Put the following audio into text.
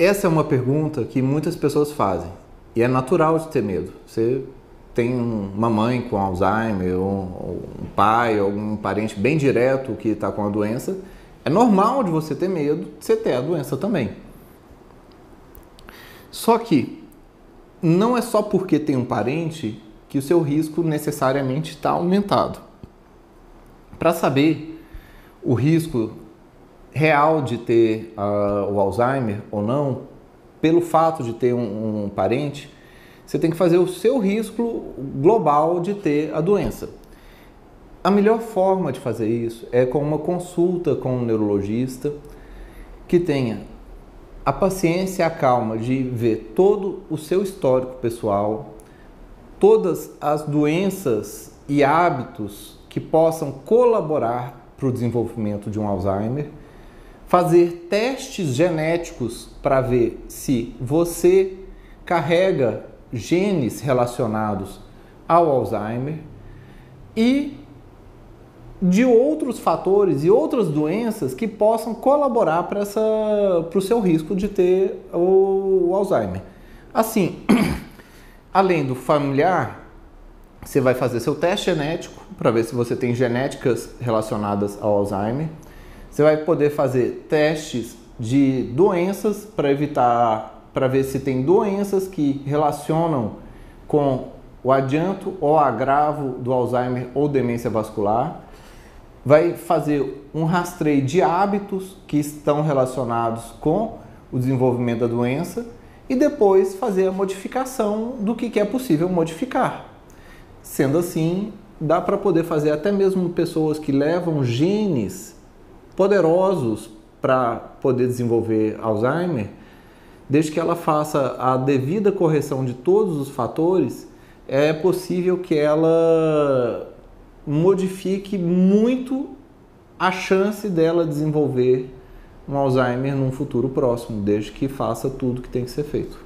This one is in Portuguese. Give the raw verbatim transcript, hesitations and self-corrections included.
essa é uma pergunta que muitas pessoas fazem e é natural de ter medo. Você tem uma mãe com Alzheimer, ou um pai, ou um parente bem direto que está com a doença, é normal de você ter medo de você ter a doença também. Só que não é só porque tem um parente que o seu risco necessariamente está aumentado. Para saber o risco real de ter uh, o Alzheimer ou não, pelo fato de ter um, um parente, você tem que fazer o seu risco global de ter a doença. A melhor forma de fazer isso é com uma consulta com um neurologista que tenha a paciência e a calma de ver todo o seu histórico pessoal, todas as doenças e hábitos que possam colaborar para o desenvolvimento de um Alzheimer, fazer testes genéticos para ver se você carrega genes relacionados ao Alzheimer e de outros fatores e outras doenças que possam colaborar para essa, para o seu risco de ter o, o Alzheimer. Assim, além do familiar, você vai fazer seu teste genético para ver se você tem genéticas relacionadas ao Alzheimer. Você vai poder fazer testes de doenças para evitar, para ver se tem doenças que relacionam com o adianto ou agravo do Alzheimer ou demência vascular. Vai fazer um rastreio de hábitos que estão relacionados com o desenvolvimento da doença e depois fazer a modificação do que é possível modificar. Sendo assim, dá para poder fazer até mesmo pessoas que levam genes poderosos para poder desenvolver Alzheimer, desde que ela faça a devida correção de todos os fatores, é possível que ela modifique muito a chance dela desenvolver um Alzheimer num futuro próximo, desde que faça tudo que tem que ser feito.